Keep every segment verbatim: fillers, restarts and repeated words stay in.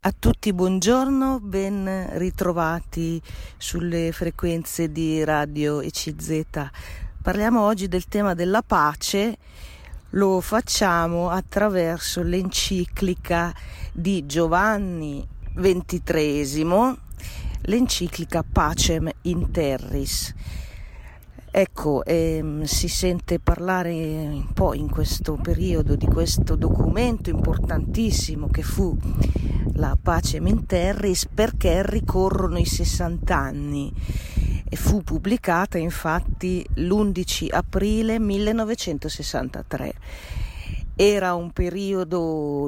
A tutti buongiorno, ben ritrovati sulle frequenze di Radio E C Z. Parliamo oggi del tema della pace, lo facciamo attraverso l'enciclica di Giovanni ventitreesimo, l'enciclica Pacem in Terris. Ecco, ehm, si sente parlare un po' in questo periodo di questo documento importantissimo che fu la Pacem in Terris, perché ricorrono i sessanta anni e fu pubblicata infatti l'undici aprile millenovecentosessantatré. Era un periodo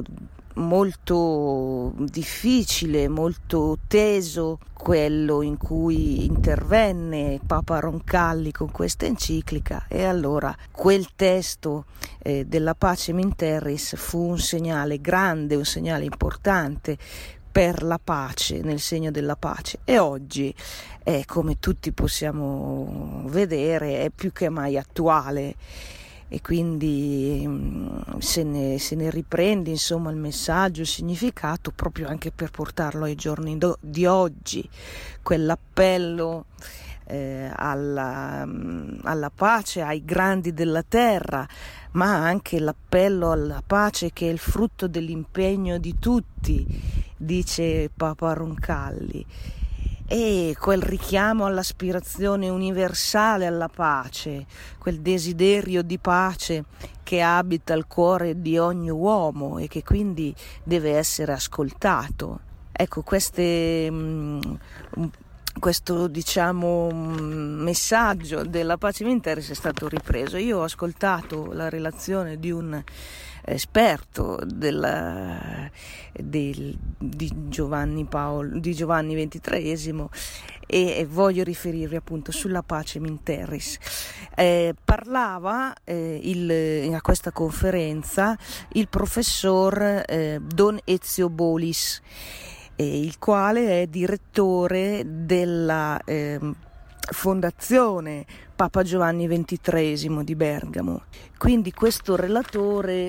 molto difficile, molto teso, quello in cui intervenne Papa Roncalli con questa enciclica, e allora quel testo eh, della Pacem in Terris fu un segnale grande, un segnale importante per la pace, nel segno della pace, e oggi eh, come tutti possiamo vedere è più che mai attuale. E quindi mh, se, ne, se ne riprende insomma il messaggio, il significato, proprio anche per portarlo ai giorni do, di oggi, quell'appello eh, alla, mh, alla pace, ai grandi della terra, ma anche l'appello alla pace che è il frutto dell'impegno di tutti, dice Papa Roncalli. E quel richiamo all'aspirazione universale alla pace, quel desiderio di pace che abita il cuore di ogni uomo e che quindi deve essere ascoltato. Ecco, queste, mh, questo diciamo messaggio della Pacem in Terris è stato ripreso. Io ho ascoltato la relazione di un esperto della, del, di Giovanni Paolo, di Giovanni ventitreesimo, e, e voglio riferirvi appunto sulla Pacem in Terris. Eh, parlava eh, il, a questa conferenza il professor eh, Don Ezio Bolis, eh, il quale è direttore della eh, Fondazione Papa Giovanni ventitreesimo di Bergamo. Quindi questo relatore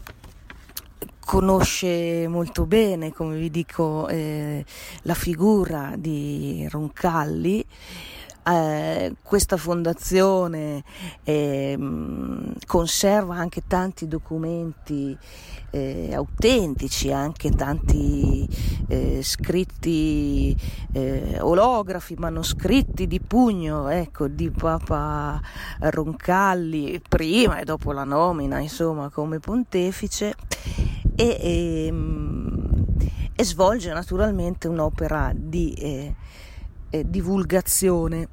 conosce molto bene, come vi dico, eh, la figura di Roncalli. Eh, questa fondazione eh, conserva anche tanti documenti eh, autentici, anche tanti eh, scritti eh, olografi, manoscritti di pugno, ecco, di Papa Roncalli prima e dopo la nomina, insomma, come pontefice, e, e, e svolge naturalmente un'opera di eh, Eh, divulgazione.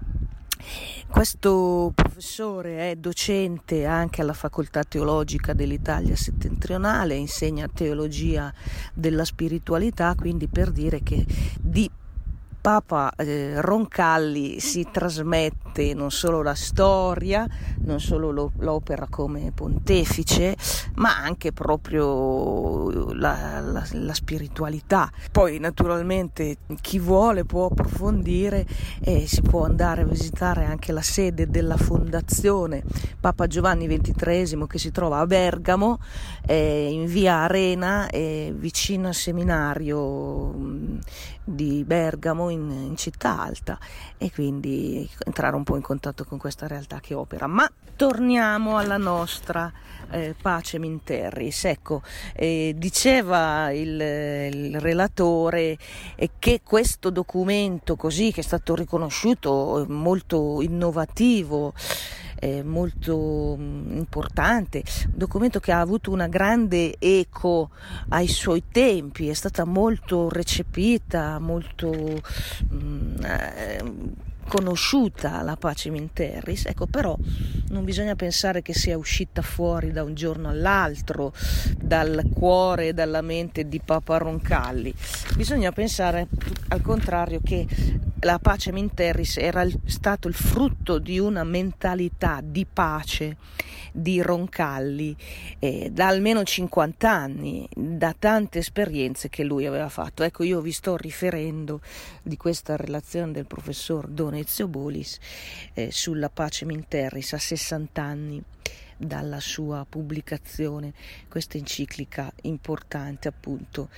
Questo professore è docente anche alla Facoltà Teologica dell'Italia Settentrionale, insegna teologia della spiritualità, quindi per dire che di Papa eh, Roncalli si trasmette non solo la storia, non solo lo, l'opera come pontefice, ma anche proprio la, la, la spiritualità. Poi naturalmente chi vuole può approfondire e si può andare a visitare anche la sede della fondazione Papa Giovanni ventitreesimo, che si trova a Bergamo, eh, in via Arena, eh, vicino al seminario mh, di Bergamo, in, in città alta, e quindi entrare un po' in contatto con questa realtà che opera. Ma torniamo alla nostra eh, Pacem in Terris. Ecco, eh, diceva il, il relatore eh, che questo documento, così, che è stato riconosciuto molto innovativo, Eh, molto mh, importante, un documento che ha avuto una grande eco ai suoi tempi, è stata molto recepita, molto mh, eh, conosciuta la Pacem in Terris. Ecco, però non bisogna pensare che sia uscita fuori da un giorno all'altro dal cuore e dalla mente di Papa Roncalli. Bisogna pensare al contrario che la Pacem in Terris era il, stato il frutto di una mentalità di pace di Roncalli eh, da almeno cinquanta anni, da tante esperienze che lui aveva fatto. Ecco, io vi sto riferendo di questa relazione del professor Don Ezio Bolis eh, sulla Pacem in Terris a sessanta anni dalla sua pubblicazione, questa enciclica importante appunto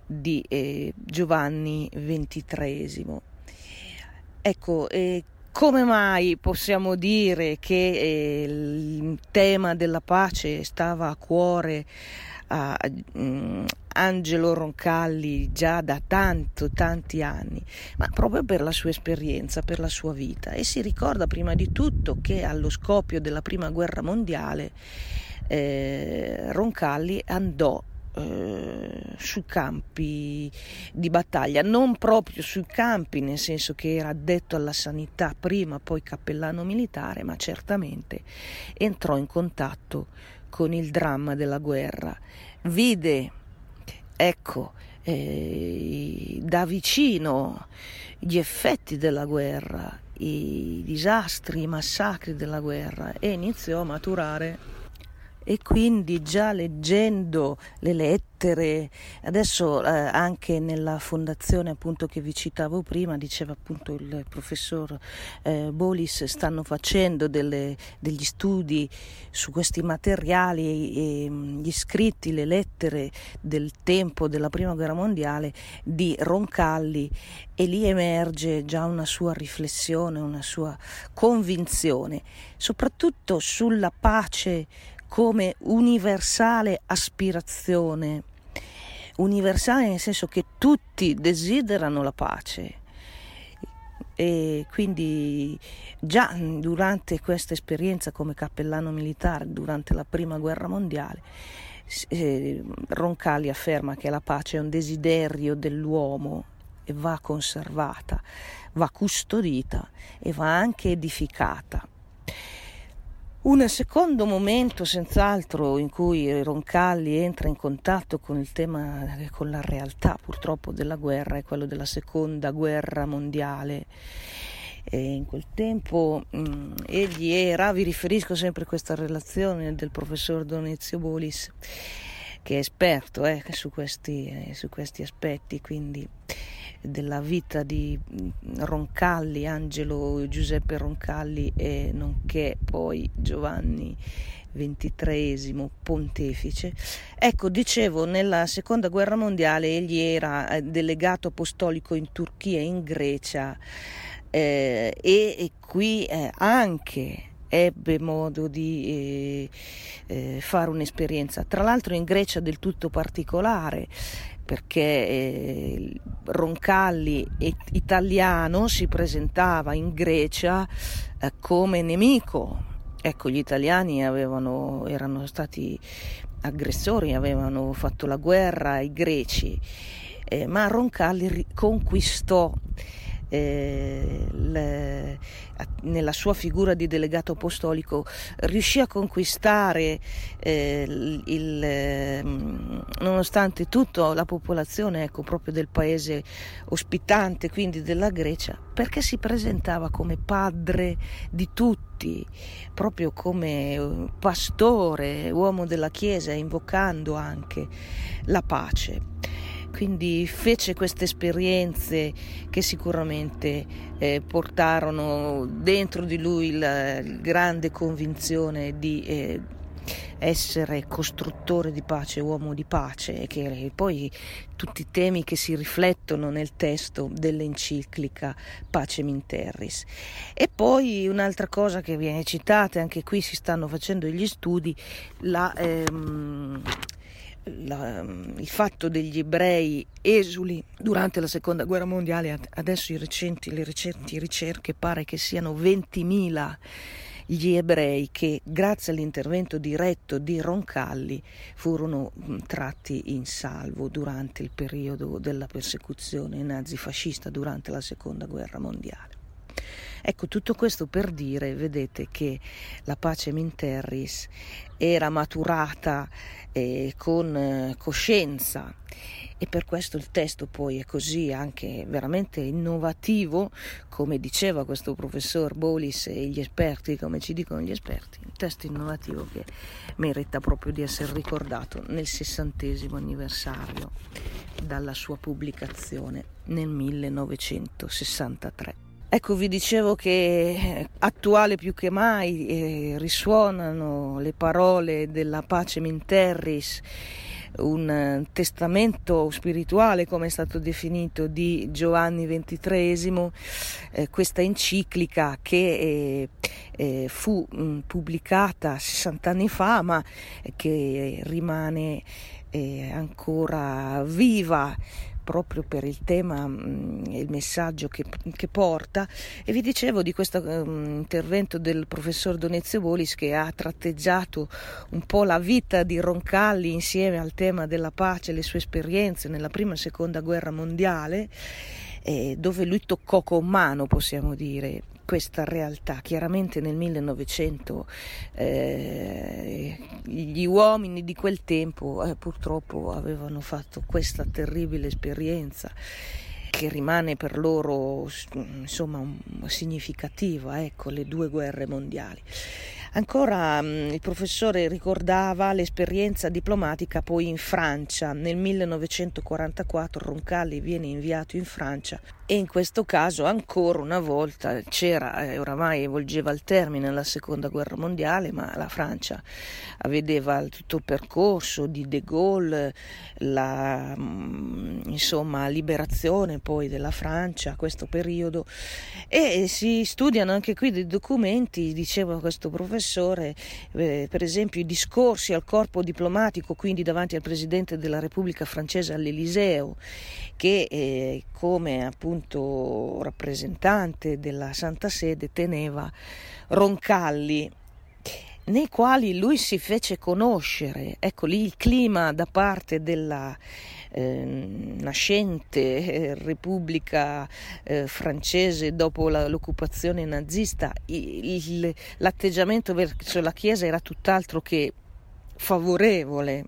di eh, Giovanni ventitreesimo. Ecco, eh, come mai possiamo dire che eh, il tema della pace stava a cuore a um, Angelo Roncalli già da tanto, tanti anni? Ma proprio per la sua esperienza, per la sua vita. E si ricorda prima di tutto che allo scoppio della Prima Guerra Mondiale eh, Roncalli andò su campi di battaglia, non proprio sui campi, nel senso che era addetto alla sanità prima, poi cappellano militare, ma certamente entrò in contatto con il dramma della guerra, vide, ecco, eh, da vicino gli effetti della guerra, i disastri, i massacri della guerra, e iniziò a maturare. E quindi già leggendo le lettere, adesso eh, anche nella fondazione appunto che vi citavo prima, diceva appunto il professor eh, Bolis, stanno facendo delle, degli studi su questi materiali, e, e gli scritti, le lettere del tempo della Prima Guerra Mondiale di Roncalli, e lì emerge già una sua riflessione, una sua convinzione, soprattutto sulla pace come universale aspirazione, universale nel senso che tutti desiderano la pace. E quindi già durante questa esperienza come cappellano militare, durante la Prima Guerra Mondiale, eh, Roncalli afferma che la pace è un desiderio dell'uomo e va conservata, va custodita e va anche edificata. Un secondo momento senz'altro in cui Roncalli entra in contatto con il tema, con la realtà purtroppo della guerra, è quello della Seconda Guerra Mondiale. E in quel tempo mh, egli era, vi riferisco sempre a questa relazione del professor Donezio Bolis, che è esperto eh, su, questi, eh, su questi aspetti, quindi della vita di Roncalli, Angelo Giuseppe Roncalli, e nonché poi Giovanni ventitreesimo pontefice. Ecco, dicevo, nella Seconda Guerra Mondiale egli era delegato apostolico in Turchia e in Grecia, eh, e, e qui eh, anche ebbe modo di eh, eh, fare un'esperienza, tra l'altro in Grecia del tutto particolare, perché eh, Roncalli, italiano, si presentava in Grecia eh, come nemico. Ecco, gli italiani avevano, erano stati aggressori, avevano fatto la guerra ai greci, eh, ma Roncalli ri- conquistò Eh, le, nella sua figura di delegato apostolico, riuscì a conquistare eh, il, il, nonostante tutto la popolazione, ecco, proprio del paese ospitante, quindi della Grecia, perché si presentava come padre di tutti, proprio come pastore, uomo della Chiesa, invocando anche la pace. Quindi fece queste esperienze che sicuramente eh, portarono dentro di lui la, la grande convinzione di eh, essere costruttore di pace, uomo di pace, e che poi tutti i temi che si riflettono nel testo dell'enciclica Pacem in Terris. E poi un'altra cosa che viene citata, anche qui si stanno facendo degli studi, la... Ehm, La, il fatto degli ebrei esuli durante la Seconda Guerra Mondiale. Adesso i recenti, le recenti ricerche pare che siano ventimila gli ebrei che, grazie all'intervento diretto di Roncalli, furono tratti in salvo durante il periodo della persecuzione nazifascista durante la Seconda Guerra Mondiale. Ecco, tutto questo per dire, vedete, che la Pacem in Terris era maturata eh, con eh, coscienza, e per questo il testo poi è così anche veramente innovativo, come diceva questo professor Bolis e gli esperti, come ci dicono gli esperti, un testo innovativo che merita proprio di essere ricordato nel sessantesimo anniversario dalla sua pubblicazione nel millenovecentosessantatré. Ecco, vi dicevo che attuale più che mai eh, risuonano le parole della Pacem in Terris un testamento spirituale, come è stato definito, di Giovanni ventitreesimo, eh, questa enciclica che eh, eh, fu mh, pubblicata sessanta anni fa, ma che rimane eh, ancora viva proprio per il tema e il messaggio che, che porta. E vi dicevo di questo um, intervento del professor Donezio Bolis, che ha tratteggiato un po' la vita di Roncalli insieme al tema della pace, le sue esperienze nella prima e seconda guerra mondiale, eh, dove lui toccò con mano, possiamo dire, questa realtà. Chiaramente nel millenovecento eh, gli uomini di quel tempo eh, purtroppo avevano fatto questa terribile esperienza che rimane per loro insomma significativa, ecco, le due guerre mondiali. Ancora mh, il professore ricordava l'esperienza diplomatica poi in Francia. Nel millenovecentoquarantaquattro Roncalli viene inviato in Francia e in questo caso ancora una volta c'era, eh, oramai volgeva al termine la seconda guerra mondiale, ma la Francia vedeva tutto il percorso di De Gaulle, la mh, insomma liberazione poi della Francia, questo periodo, e si studiano anche qui dei documenti, diceva questo professore, eh, per esempio i discorsi al corpo diplomatico, quindi davanti al presidente della Repubblica Francese all'Eliseo, che eh, come appunto rappresentante della Santa Sede teneva Roncalli, nei quali lui si fece conoscere. Ecco lì il clima da parte della eh, nascente eh, Repubblica eh, francese dopo la, l'occupazione nazista. Il, il, l'atteggiamento verso la Chiesa era tutt'altro che favorevole.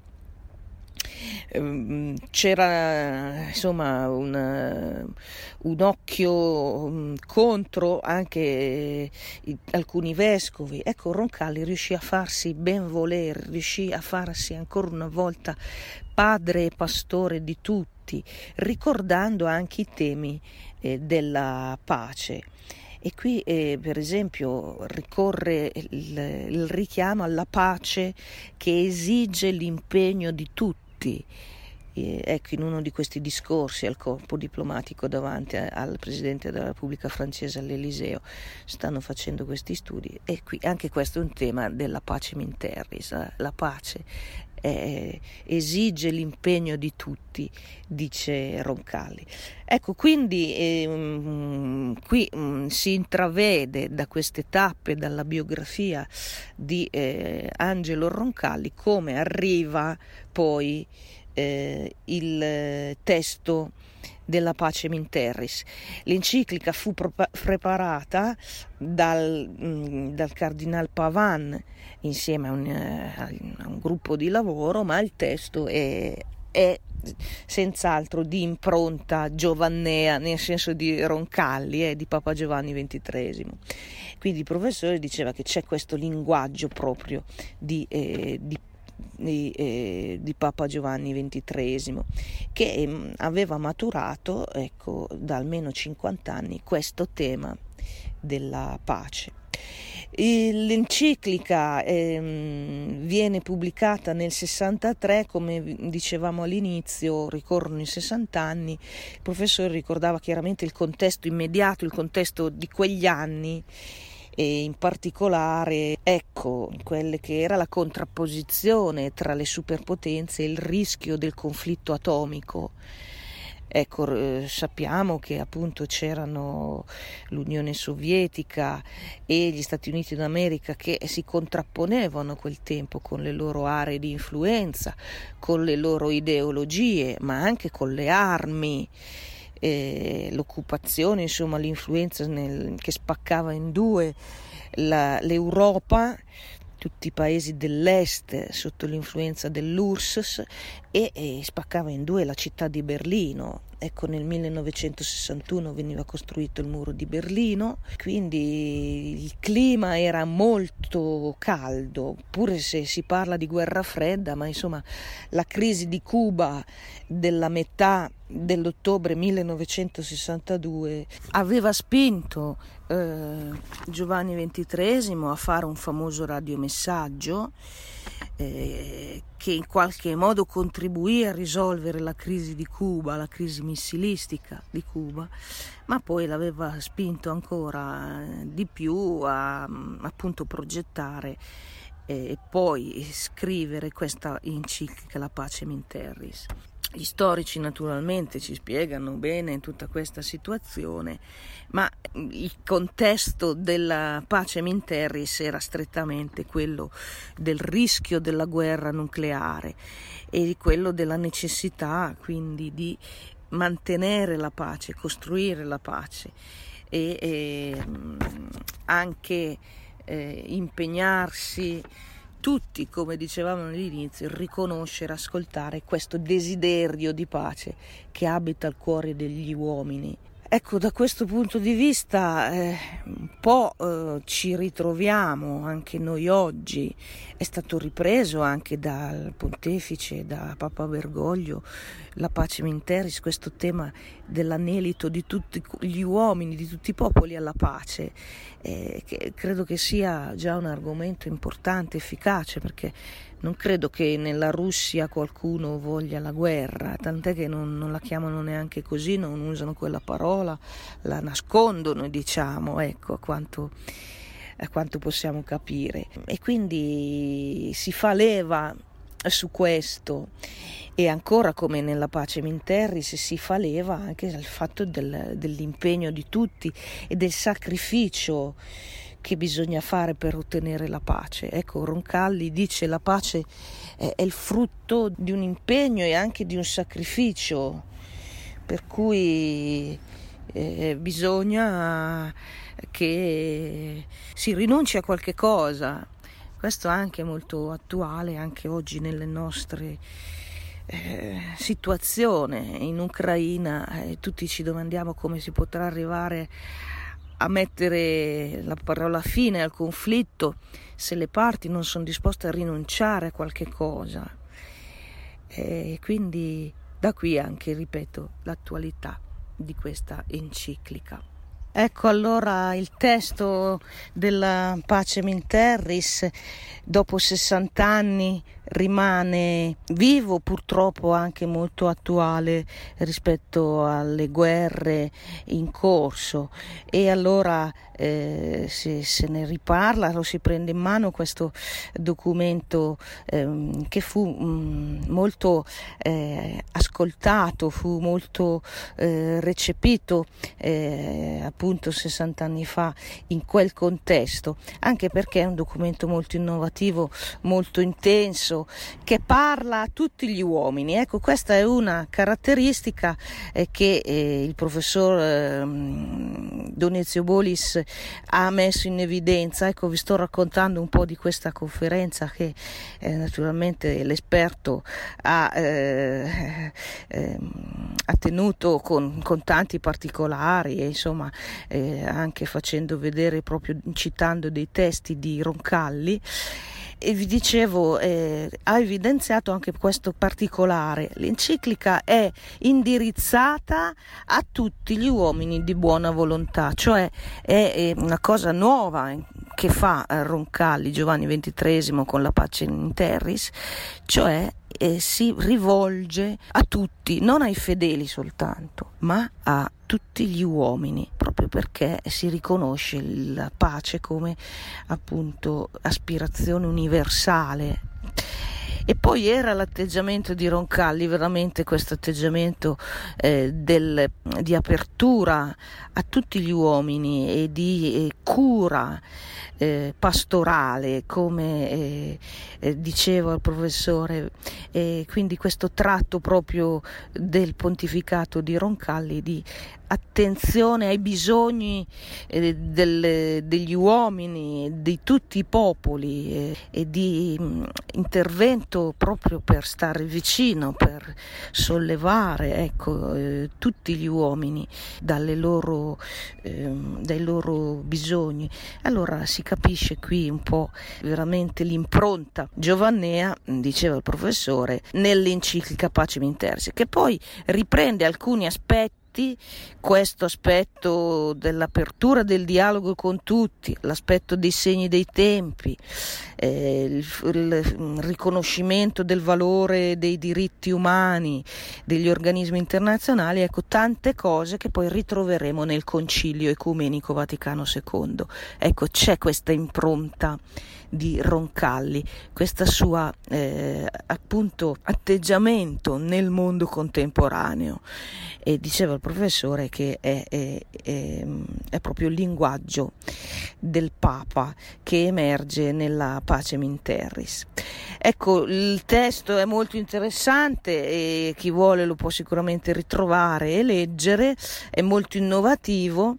C'era insomma un, un occhio contro anche alcuni vescovi. Ecco, Roncalli riuscì a farsi ben volere, riuscì a farsi ancora una volta padre e pastore di tutti, ricordando anche i temi eh, della pace. E qui eh, per esempio ricorre il, il richiamo alla pace che esige l'impegno di tutti. Eh, ecco, in uno di questi discorsi al corpo diplomatico davanti a, al Presidente della Repubblica Francese all'Eliseo stanno facendo questi studi, e qui anche questo è un tema della pacem in terris. Eh? La pace eh, esige l'impegno di tutti, dice Roncalli. Ecco, quindi eh, qui eh, si intravede da queste tappe, dalla biografia di eh, Angelo Roncalli, come arriva poi eh, il testo della Pacem in Terris. L'enciclica fu pro- preparata dal, mh, dal cardinal Pavan insieme a un, a un gruppo di lavoro, ma il testo è, è senz'altro di impronta giovannea, nel senso di Roncalli, eh, di Papa Giovanni ventitreesimo. Quindi il professore diceva che c'è questo linguaggio proprio di, eh, di Di, eh, di Papa Giovanni ventitreesimo, che eh, aveva maturato, ecco, da almeno cinquanta anni questo tema della pace. L'enciclica eh, viene pubblicata nel sessantatré, come dicevamo all'inizio, ricorrono i sessanta anni. Il professore ricordava chiaramente il contesto immediato, il contesto di quegli anni, e in particolare ecco quelle che era la contrapposizione tra le superpotenze e il rischio del conflitto atomico. Ecco, eh, sappiamo che appunto c'erano l'Unione Sovietica e gli Stati Uniti d'America che si contrapponevano a quel tempo con le loro aree di influenza, con le loro ideologie, ma anche con le armi. Eh, l'occupazione, insomma l'influenza nel, che spaccava in due la, l'Europa, tutti i paesi dell'est sotto l'influenza dell'U R S S, e, e spaccava in due la città di Berlino. Ecco, nel millenovecentosessantuno veniva costruito il muro di Berlino, quindi il clima era molto caldo, pure se si parla di guerra fredda, ma insomma la crisi di Cuba della metà dell'ottobre millenovecentosessantadue aveva spinto eh, Giovanni ventitreesimo a fare un famoso radiomessaggio eh, che in qualche modo contribuì a risolvere la crisi di Cuba, la crisi missilistica di Cuba, ma poi l'aveva spinto ancora di più a appunto progettare e poi scrivere questa enciclica, La Pacem in Terris. Gli storici naturalmente ci spiegano bene in tutta questa situazione, ma il contesto della Pacem in Terris era strettamente quello del rischio della guerra nucleare e di quello della necessità quindi di mantenere la pace, costruire la pace e, e anche eh, impegnarsi tutti, come dicevamo all'inizio, riconoscere, ascoltare questo desiderio di pace che abita il cuore degli uomini. Ecco, da questo punto di vista eh, un po' eh, ci ritroviamo anche noi oggi. È stato ripreso anche dal pontefice, da Papa Bergoglio, la Pacem in Terris, questo tema dell'anelito di tutti gli uomini, di tutti i popoli alla pace, eh, che credo che sia già un argomento importante, efficace, perché non credo che nella Russia qualcuno voglia la guerra, tant'è che non, non la chiamano neanche così, non usano quella parola, la nascondono, diciamo, ecco, a quanto, a quanto possiamo capire. E quindi si fa leva su questo, e ancora come nella Pacem in Terris si fa leva anche al fatto del, dell'impegno di tutti e del sacrificio che bisogna fare per ottenere la pace. Ecco, Roncalli dice: la pace è, è il frutto di un impegno e anche di un sacrificio, per cui eh, bisogna che si rinunci a qualche cosa. Questo è anche molto attuale anche oggi nelle nostre eh, situazioni in Ucraina. Eh, tutti ci domandiamo come si potrà arrivare a mettere la parola fine al conflitto se le parti non sono disposte a rinunciare a qualche cosa. E quindi da qui anche, ripeto, l'attualità di questa enciclica. Ecco allora il testo della Pacem in Terris dopo sessanta anni rimane vivo, purtroppo anche molto attuale rispetto alle guerre in corso, e allora eh, se, se ne riparla, lo si prende in mano questo documento eh, che fu mh, molto eh, ascoltato, fu molto eh, recepito eh, appunto sessanta anni fa in quel contesto, anche perché è un documento molto innovativo, molto intenso, che parla a tutti gli uomini. Ecco, questa è una caratteristica eh, che eh, il professor eh, Donezio Bolis ha messo in evidenza. Ecco, vi sto raccontando un po' di questa conferenza che eh, naturalmente l'esperto ha, eh, eh, ha tenuto con, con tanti particolari e insomma eh, anche facendo vedere, proprio citando dei testi di Roncalli. E vi dicevo, eh, ha evidenziato anche questo particolare: l'enciclica è indirizzata a tutti gli uomini di buona volontà, cioè è, è una cosa nuova che fa Roncalli, Giovanni ventitreesimo, con la Pacem in Terris, cioè eh, si rivolge a tutti, non ai fedeli soltanto, ma a tutti gli uomini, proprio perché si riconosce la pace come appunto aspirazione universale. E poi era l'atteggiamento di Roncalli, veramente questo atteggiamento eh, del, di apertura a tutti gli uomini e di eh, cura eh, pastorale, come eh, eh, diceva il professore, e quindi questo tratto proprio del pontificato di Roncalli di attenzione ai bisogni eh, del, degli uomini, di tutti i popoli, eh, e di mh, intervento proprio per stare vicino, per sollevare ecco, eh, tutti gli uomini dalle loro, eh, dai loro bisogni. Allora si capisce qui un po' veramente l'impronta giovannea, diceva il professore, nell'enciclica Pacem in Terris, che poi riprende alcuni aspetti avanti questo aspetto dell'apertura del dialogo con tutti, l'aspetto dei segni dei tempi, eh, il, il riconoscimento del valore dei diritti umani, degli organismi internazionali, ecco, tante cose che poi ritroveremo nel Concilio Ecumenico Vaticano secondo. Ecco, c'è questa impronta di Roncalli, questa sua eh, appunto atteggiamento nel mondo contemporaneo, e diceva il professore che è, è, è, è proprio il linguaggio del Papa che emerge nella Pacem in Terris. Ecco, il testo è molto interessante e chi vuole lo può sicuramente ritrovare e leggere, è molto innovativo.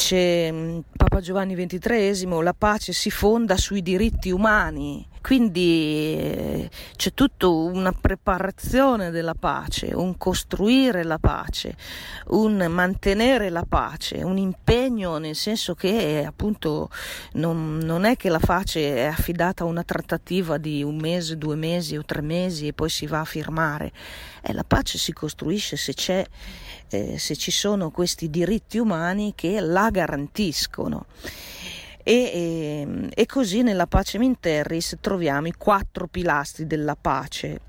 Dice Papa Giovanni ventitreesimo: la pace si fonda sui diritti umani. Quindi eh, c'è tutta una preparazione della pace, un costruire la pace, un mantenere la pace, un impegno, nel senso che appunto non, non è che la pace è affidata a una trattativa di un mese, due mesi o tre mesi e poi si va a firmare. Eh, la pace si costruisce se c'è, eh, se ci sono questi diritti umani che la garantiscono. E, e, e così nella Pacem in Terris troviamo i quattro pilastri della pace: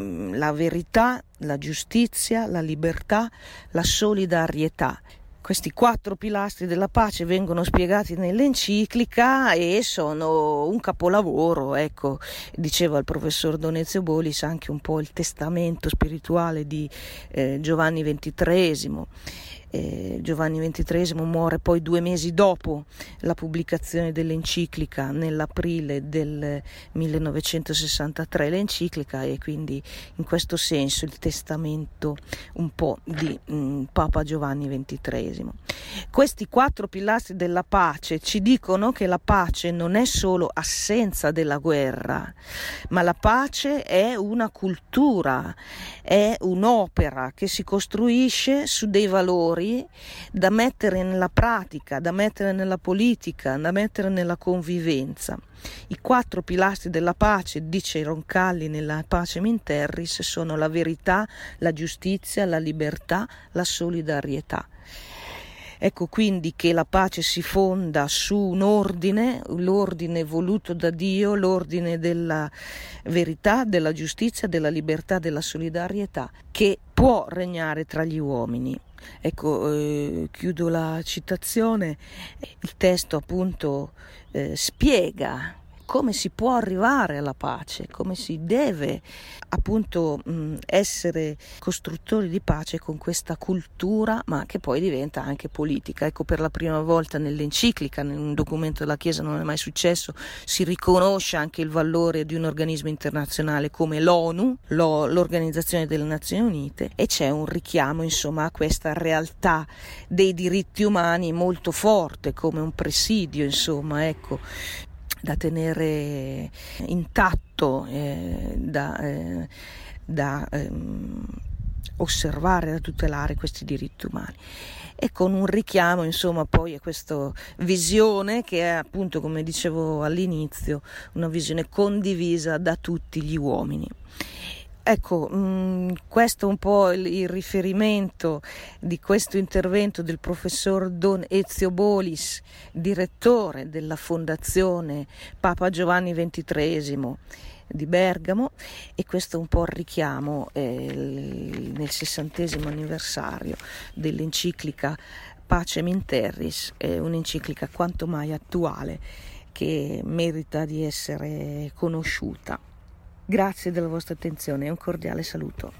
la verità, la giustizia, la libertà, la solidarietà. Questi quattro pilastri della pace vengono spiegati nell'enciclica e sono un capolavoro, ecco, diceva il professor Donezio Bolis, anche un po' il testamento spirituale di eh, Giovanni ventitreesimo. Eh, Giovanni ventitreesimo muore poi due mesi dopo la pubblicazione dell'enciclica, nell'aprile del millenovecentosessantatré l'enciclica, e quindi in questo senso il testamento un po' di mh, Papa Giovanni ventitreesimo. Questi quattro pilastri della pace ci dicono che la pace non è solo assenza della guerra, ma la pace è una cultura, è un'opera che si costruisce su dei valori da mettere nella pratica, da mettere nella politica, da mettere nella convivenza. I quattro pilastri della pace, dice Roncalli nella Pacem in Terris, sono la verità, la giustizia, la libertà, la solidarietà. Ecco quindi che la pace si fonda su un ordine, l'ordine voluto da Dio, l'ordine della verità, della giustizia, della libertà, della solidarietà, che può regnare tra gli uomini. Ecco, eh, chiudo la citazione. Il testo appunto eh, spiega come si può arrivare alla pace, come si deve appunto mh, essere costruttori di pace con questa cultura, ma che poi diventa anche politica. Ecco, per la prima volta nell'enciclica, in un documento della Chiesa non è mai successo, si riconosce anche il valore di un organismo internazionale come l'ONU, l'O- l'Organizzazione delle Nazioni Unite, e c'è un richiamo insomma a questa realtà dei diritti umani molto forte, come un presidio, insomma, ecco, da tenere intatto, eh, da, eh, da ehm, osservare, da tutelare questi diritti umani. E con un richiamo insomma poi a questa visione che è appunto, come dicevo all'inizio, una visione condivisa da tutti gli uomini. Ecco, mh, questo è un po' il, il riferimento di questo intervento del professor Don Ezio Bolis, direttore della Fondazione Papa Giovanni ventitreesimo di Bergamo, e questo è un po' il richiamo eh, nel sessantesimo anniversario dell'enciclica Pacem in Terris, eh, un'enciclica quanto mai attuale che merita di essere conosciuta. Grazie della vostra attenzione e un cordiale saluto.